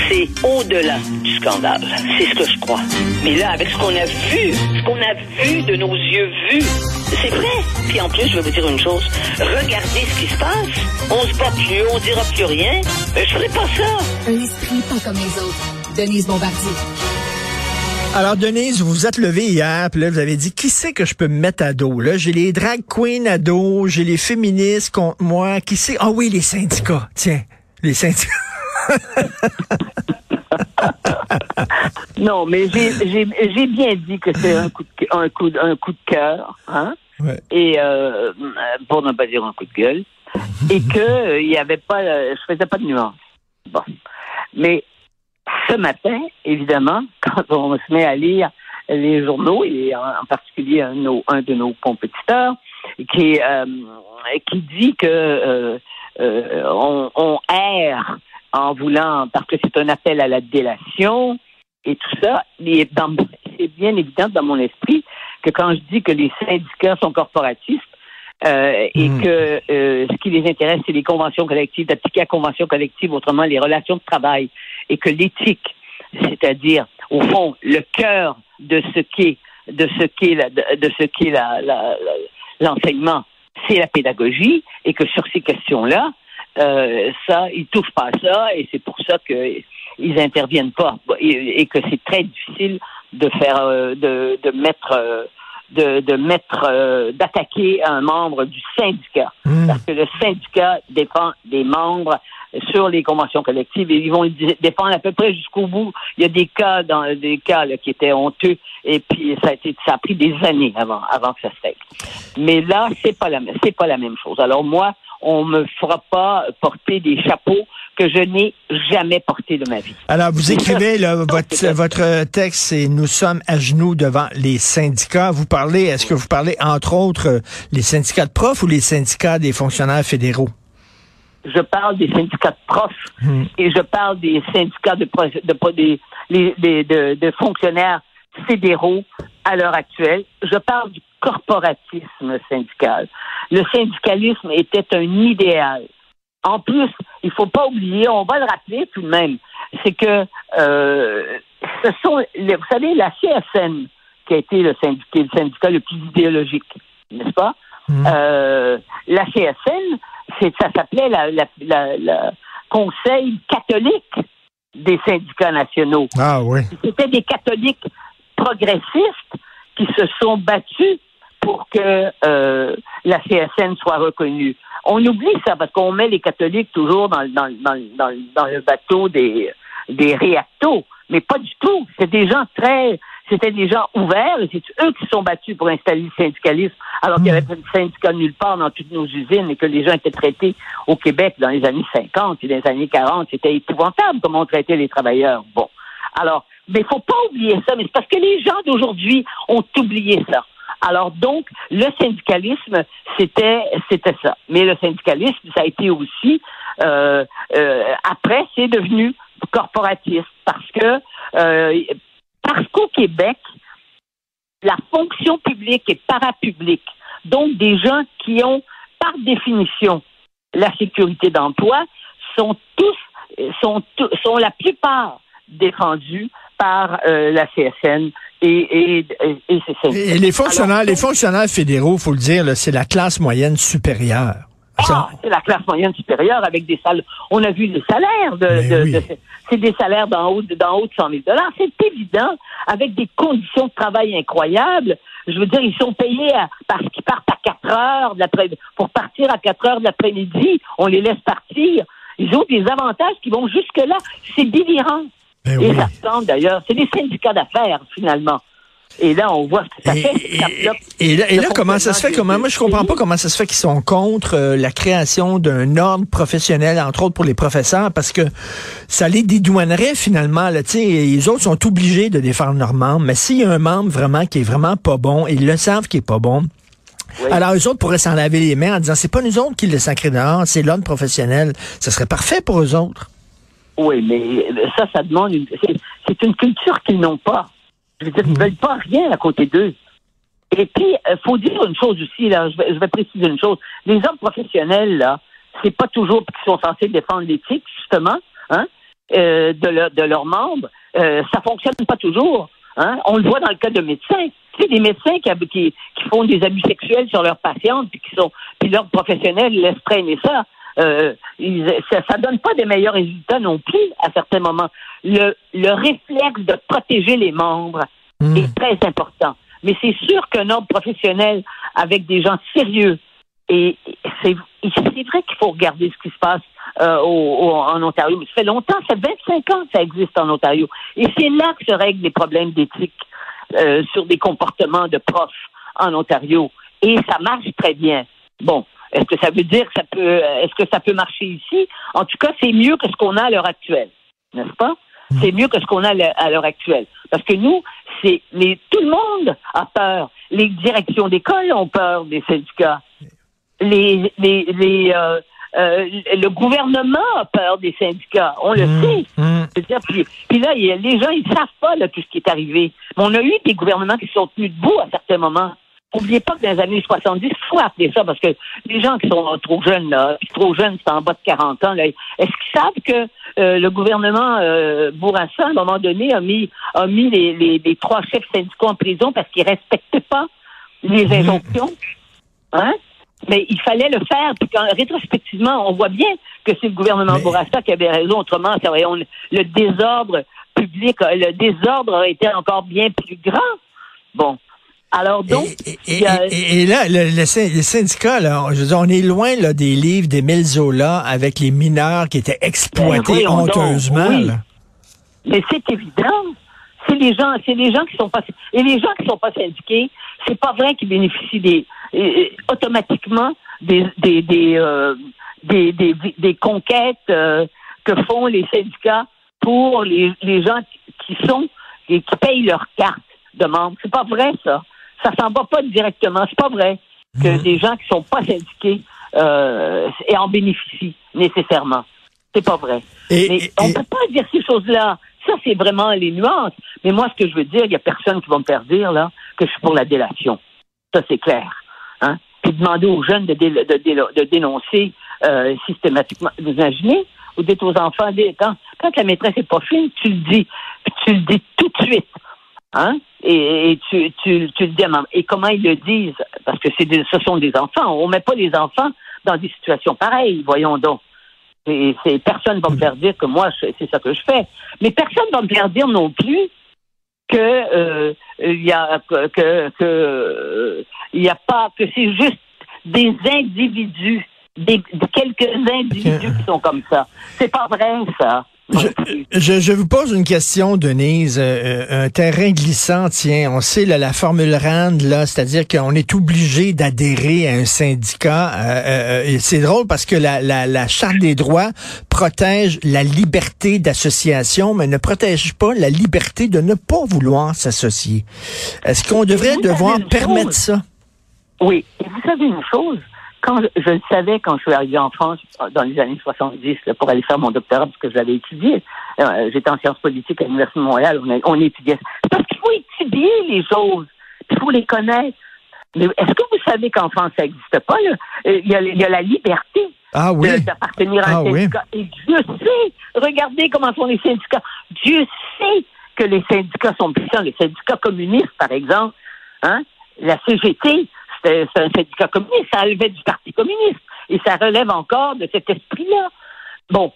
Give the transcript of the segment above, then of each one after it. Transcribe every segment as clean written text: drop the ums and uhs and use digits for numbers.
c'est au-delà du scandale. C'est ce que je crois. Mais là, avec ce qu'on a vu de nos yeux vus, c'est vrai. Puis en plus, je vais vous dire une chose. Regardez ce qui se passe. On se bat plus, on dira plus rien. Je ferai pas ça. Un esprit pas comme les autres. Denise Bombardier. Alors, Denise, vous vous êtes levée hier, puis là, vous avez dit, qui c'est que je peux me mettre à dos? Là, j'ai les drag queens à dos, j'ai les féministes contre moi. Qui c'est? Ah oui, les syndicats. Tiens, les syndicats. Non, mais j'ai bien dit que c'est un coup de cœur, hein? Ouais. Et pour ne pas dire un coup de gueule, et que il y avait pas, je faisais pas de nuance. Bon, mais ce matin, évidemment, quand on se met à lire les journaux, et en particulier un de nos compétiteurs, qui dit que on erre en voulant, parce que c'est un appel à la délation et tout ça, c'est bien évident dans mon esprit que quand je dis que les syndicats sont corporatistes, et que ce qui les intéresse, c'est les conventions collectives, d'appliquer la convention collective, autrement les relations de travail, et que l'éthique, c'est-à-dire au fond le cœur de ce qu'est l'enseignement, c'est la pédagogie, et que sur ces questions-là, ça, ils touchent pas à ça, et c'est pour ça que ils interviennent pas, et que c'est très difficile de faire, d'attaquer un membre du syndicat, parce que le syndicat dépend des membres sur les conventions collectives, et ils vont défendre à peu près jusqu'au bout. Il y a des cas là, qui étaient honteux, et puis ça a pris des années avant que ça se règle. Mais là, c'est pas la même chose. Alors moi, on me fera pas porter des chapeaux que je n'ai jamais portés de ma vie. Alors, vous écrivez, là, votre texte, c'est « Nous sommes à genoux devant les syndicats ». Est-ce que vous parlez, entre autres, les syndicats de profs ou les syndicats des fonctionnaires fédéraux? Je parle des syndicats de profs et je parle des syndicats de fonctionnaires fédéraux à l'heure actuelle. Je parle du corporatisme syndical. Le syndicalisme était un idéal. En plus, il faut pas oublier, on va le rappeler tout de même, c'est que vous savez, la CSN, qui a été le syndicat le plus idéologique, n'est-ce pas? La CSN, ça s'appelait la Conseil catholique des syndicats nationaux. Ah oui. C'était des catholiques progressistes qui se sont battus pour que la CSN soit reconnue. On oublie ça parce qu'on met les catholiques toujours dans le bateau des réactos, mais pas du tout. C'était des gens ouverts, et c'est eux qui se sont battus pour installer le syndicalisme, alors qu'il n'y avait pas de syndicat nulle part dans toutes nos usines, et que les gens étaient traités au Québec dans les années 50 et dans les années 40. C'était épouvantable comment on traitait les travailleurs. Bon. Alors, mais il faut pas oublier ça, mais c'est parce que les gens d'aujourd'hui ont oublié ça. Alors donc, le syndicalisme, c'était ça. Mais le syndicalisme, ça a été aussi, après, c'est devenu corporatiste, parce qu'au Québec, la fonction publique et parapublique, donc des gens qui ont, par définition, la sécurité d'emploi, sont la plupart défendus par la CSN et les fonctionnaires fédéraux, faut le dire, là, c'est la classe moyenne supérieure. C'est la classe moyenne supérieure avec des salaires. On a vu les salaires c'est des salaires d'en haut de 100 000 $. C'est évident, avec des conditions de travail incroyables. Je veux dire, ils sont payés parce qu'ils partent à 4 heures pour partir à 4 heures de l'après-midi. On les laisse partir. Ils ont des avantages qui vont jusque-là. C'est délirant. Et ça semble d'ailleurs, c'est des syndicats d'affaires, finalement. Et là, on voit ce que ça fait. Et là, comment ça se fait? Moi, je comprends pas comment ça se fait qu'ils sont contre la création d'un ordre professionnel, entre autres pour les professeurs, parce que ça les dédouanerait finalement. Là, les autres sont obligés de défendre leurs membres, mais s'il y a un membre vraiment qui est vraiment pas bon, et ils le savent qu'il est pas bon, alors eux autres pourraient s'en laver les mains en disant, c'est pas nous autres qui le sacré dehors, c'est l'ordre professionnel. Ça serait parfait pour eux autres. Oui, mais ça demande c'est une culture qu'ils n'ont pas. Je veux dire, ils veulent pas rien à côté d'eux. Et puis, faut dire une chose aussi, là, je vais préciser une chose. Les hommes professionnels, là, c'est pas toujours qu'ils sont censés défendre l'éthique, justement, hein. de leurs membres, ça fonctionne pas toujours. Hein? On le voit dans le cas de médecins. Tu sais, des médecins qui font des abus sexuels sur leurs patientes, puis leurs professionnels laissent traîner ça. Ça donne pas des meilleurs résultats non plus à certains moments. Le réflexe de protéger les membres est très important. Mais c'est sûr qu'un ordre professionnel avec des gens sérieux, et c'est vrai qu'il faut regarder ce qui se passe en Ontario. Mais ça fait longtemps, ça fait 25 ans que ça existe en Ontario. Et c'est là que se règlent des problèmes d'éthique sur des comportements de profs en Ontario. Et ça marche très bien. Bon, est-ce que ça veut dire que est-ce que ça peut marcher ici? En tout cas, c'est mieux que ce qu'on a à l'heure actuelle, n'est-ce pas? C'est mieux que ce qu'on a à l'heure actuelle. Parce que nous, tout le monde a peur. Les directions d'école ont peur des syndicats. Le gouvernement a peur des syndicats. On le sait. C'est-à-dire, puis là, les gens, ils savent pas là, tout ce qui est arrivé. Mais on a eu des gouvernements qui sont tenus debout à certains moments. N'oubliez pas que dans les années 70, il faut appeler ça, parce que les gens qui sont trop jeunes, là, puis trop jeunes, c'est en bas de 40 ans, là, est-ce qu'ils savent que le gouvernement Bourassa, à un moment donné, a mis les 3 chefs syndicaux en prison parce qu'ils respectaient pas les injonctions? Hein? Mais il fallait le faire, puis rétrospectivement, on voit bien que c'est le gouvernement Bourassa qui avait raison. Autrement, le désordre public, le désordre a été encore bien plus grand. Bon. Alors donc, et là, les syndicats, là, je veux dire, on est loin là, des livres d'Émile Zola avec les mineurs qui étaient exploités honteusement. Oui. Mais c'est évident. C'est les gens qui sont pas, et les gens qui sont pas syndiqués, c'est pas vrai qu'ils bénéficient automatiquement des conquêtes que font les syndicats pour les gens qui payent leur carte de membre. C'est pas vrai, ça. Ça s'en va pas directement. C'est pas vrai que des gens qui sont pas syndiqués en bénéficient nécessairement. C'est pas vrai. Mais on peut pas dire ces choses-là. Ça, c'est vraiment les nuances. Mais moi, ce que je veux dire, il y a personne qui va me faire dire là que je suis pour la délation. Ça, c'est clair. Hein? Puis demander aux jeunes de dénoncer systématiquement. Vous imaginez? Vous dites aux enfants, quand la maîtresse est pas fine, tu le dis. Puis tu le dis tout de suite. Hein? Et tu le dis à maman. Et comment ils le disent? Parce que ce sont des enfants. On met pas les enfants dans des situations pareilles, voyons donc. Personne va me faire dire que moi, c'est ça que je fais. Mais personne va me faire dire non plus que c'est juste des individus, quelques individus qui sont comme ça. C'est pas vrai, ça. Je vous pose une question, Denise. Un terrain glissant, tiens, on sait la formule RAND, là, c'est-à-dire qu'on est obligé d'adhérer à un syndicat. Et c'est drôle parce que la Charte des droits protège la liberté d'association, mais ne protège pas la liberté de ne pas vouloir s'associer. Est-ce qu'on devrait permettre ça? Oui. Et vous savez une chose? Je le savais quand je suis arrivé en France dans les années 70 là, pour aller faire mon doctorat parce que je l'avais étudié. J'étais en sciences politiques à l'Université de Montréal. On étudiait. Parce qu'il faut étudier les choses. Il faut les connaître. Mais est-ce que vous savez qu'en France, ça n'existe pas? Il y a la liberté d'appartenir à un syndicat. Oui. Et Dieu sait, regardez comment sont les syndicats. Dieu sait que les syndicats sont puissants. Les syndicats communistes, par exemple, hein? La CGT, c'est un syndicat communiste, ça relevait du Parti communiste. Et ça relève encore de cet esprit-là. Bon,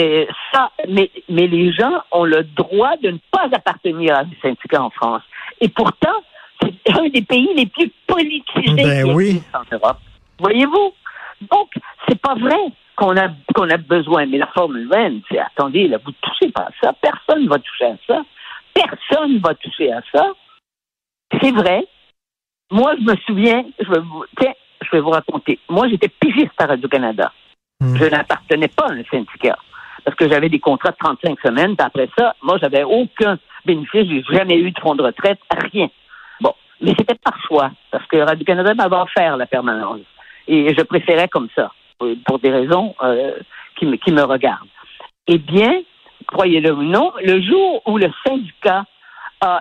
mais les gens ont le droit de ne pas appartenir à des syndicats en France. Et pourtant, c'est un des pays les plus politisés en Europe. Voyez-vous? Donc, c'est pas vrai qu'on a besoin. Mais la Formule 1, c'est, attendez, là, vous ne touchez pas à ça. Personne ne va toucher à ça. Personne ne va toucher à ça. C'est vrai. Moi, je me souviens, je vais vous raconter. Moi, j'étais pigiste à Radio-Canada. Je n'appartenais pas à un syndicat. Parce que j'avais des contrats de 35 semaines. Puis après ça, moi, j'avais aucun bénéfice. J'ai jamais eu de fonds de retraite. Rien. Bon. Mais c'était par choix. Parce que Radio-Canada m'avait offert la permanence. Et je préférais comme ça. Pour des raisons qui me regardent. Eh bien, croyez-le ou non, le jour où le syndicat a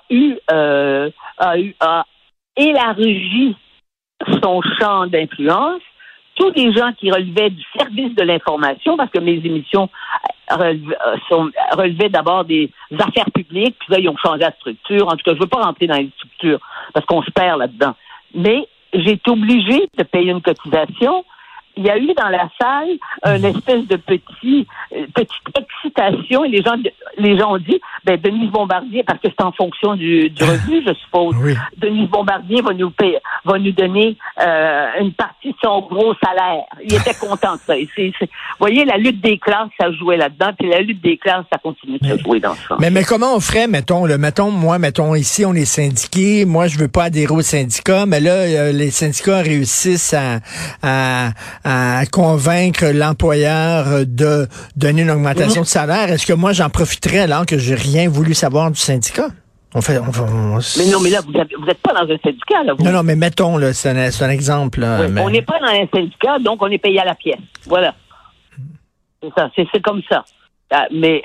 élargi son champ d'influence, tous les gens qui relevaient du service de l'information, parce que mes émissions relevaient d'abord des affaires publiques, puis là, ils ont changé la structure. En tout cas, je veux pas rentrer dans les structures, parce qu'on se perd là-dedans. Mais j'ai été obligée de payer une cotisation. Il y a eu dans la salle une espèce de petite excitation, et les gens ont dit, Denise Bombardier, parce que c'est en fonction du revenu, je suppose. Oui. Denise Bombardier va nous donner une partie de son gros salaire. Il était content de ça. Vous voyez, la lutte des classes, ça jouait là-dedans, puis la lutte des classes, ça continue de jouer dans ça. Mais comment on ferait, mettons, ici, on est syndiqués, moi, je veux pas adhérer au syndicat, mais là, les syndicats réussissent à convaincre l'employeur de donner une augmentation de salaire. Est-ce que moi, j'en profiterais alors que j'ai rien voulu savoir du syndicat? Mais non, mais là, vous êtes pas dans un syndicat, là. Non, mais mettons, là, c'est un exemple. Là, oui, mais... On n'est pas dans un syndicat, donc on est payé à la pièce. Voilà. C'est ça, c'est comme ça. Mais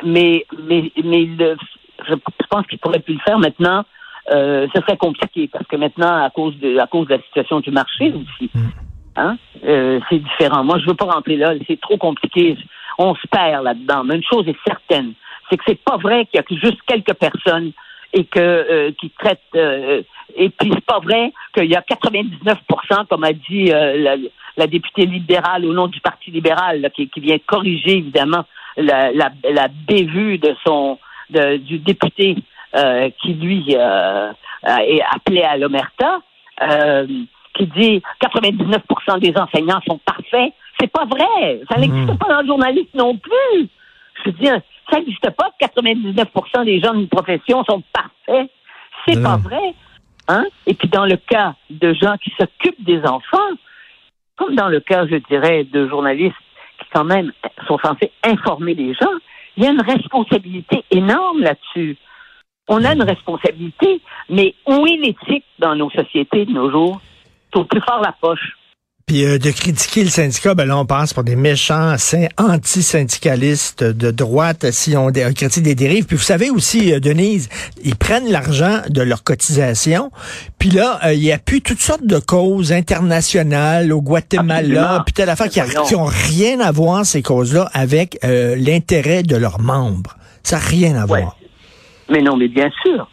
je pense qu'il pourrait plus le faire maintenant. Ce serait compliqué, parce que maintenant, à cause de la situation du marché aussi, c'est différent. Moi, je veux pas rentrer là. C'est trop compliqué. On se perd là-dedans. Mais une chose est certaine, c'est que c'est pas vrai qu'il y a juste quelques personnes et qui traitent. Et puis c'est pas vrai qu'il y a 99%, comme a dit la députée libérale au nom du Parti libéral, là, qui vient corriger évidemment la bévue du député qui lui est appelé à l'omerta. Qui dit 99% des enseignants sont parfaits. C'est pas vrai. Ça n'existe pas dans le journalisme non plus. Je veux dire, ça n'existe pas que 99% des gens d'une profession sont parfaits. C'est pas vrai. Hein? Et puis dans le cas de gens qui s'occupent des enfants, comme dans le cas, je dirais, de journalistes qui quand même sont censés informer les gens, il y a une responsabilité énorme là-dessus. On a une responsabilité, mais où est l'éthique dans nos sociétés de nos jours? Faut plus fort la poche. Puis de critiquer le syndicat, là, on passe pour des méchants anti-syndicalistes de droite si on critique des dérives. Puis vous savez aussi, Denise, ils prennent l'argent de leur cotisation, puis là, il appuient toutes sortes de causes internationales au Guatemala, puis telle affaire qui ont rien à voir, ces causes-là, avec l'intérêt de leurs membres. Ça n'a rien à voir. Mais non, mais bien sûr.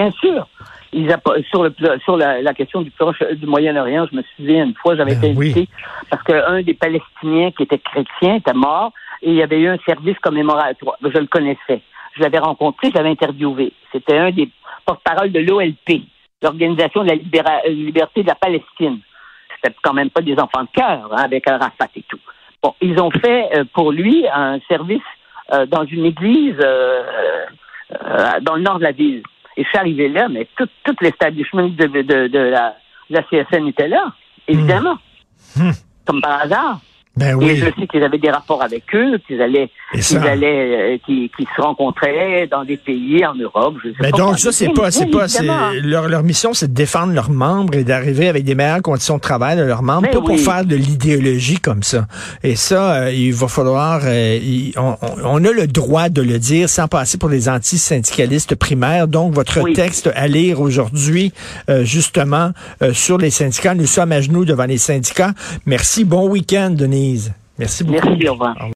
Sur la question du Moyen-Orient, je me souviens une fois, j'avais été invité parce qu'un des Palestiniens qui était chrétien était mort et il y avait eu un service commémoratoire. Je le connaissais. Je l'avais rencontré, je l'avais interviewé. C'était un des porte-parole de l'OLP, l'Organisation de la liberté de la Palestine. C'était quand même pas des enfants de cœur, avec Arafat et tout. Bon, ils ont fait pour lui un service dans une église dans le nord de la ville. Et je suis arrivé là, mais tout l'establishment de la CSN était là, évidemment. Comme par hasard. Ben oui. Et je sais qu'ils avaient des rapports avec eux, qu'ils se rencontraient dans des pays en Europe. Je sais mais pas donc ça, leur mission, c'est de défendre leurs membres et d'arriver avec des meilleures conditions de travail de leurs membres, pas pour faire de l'idéologie comme ça. Et ça, il va falloir, on a le droit de le dire sans passer pour des anti-syndicalistes primaires. Donc votre texte à lire aujourd'hui, justement, sur les syndicats, nous sommes à genoux devant les syndicats. Merci, bon week-end, Denise. Merci beaucoup. Merci, au revoir.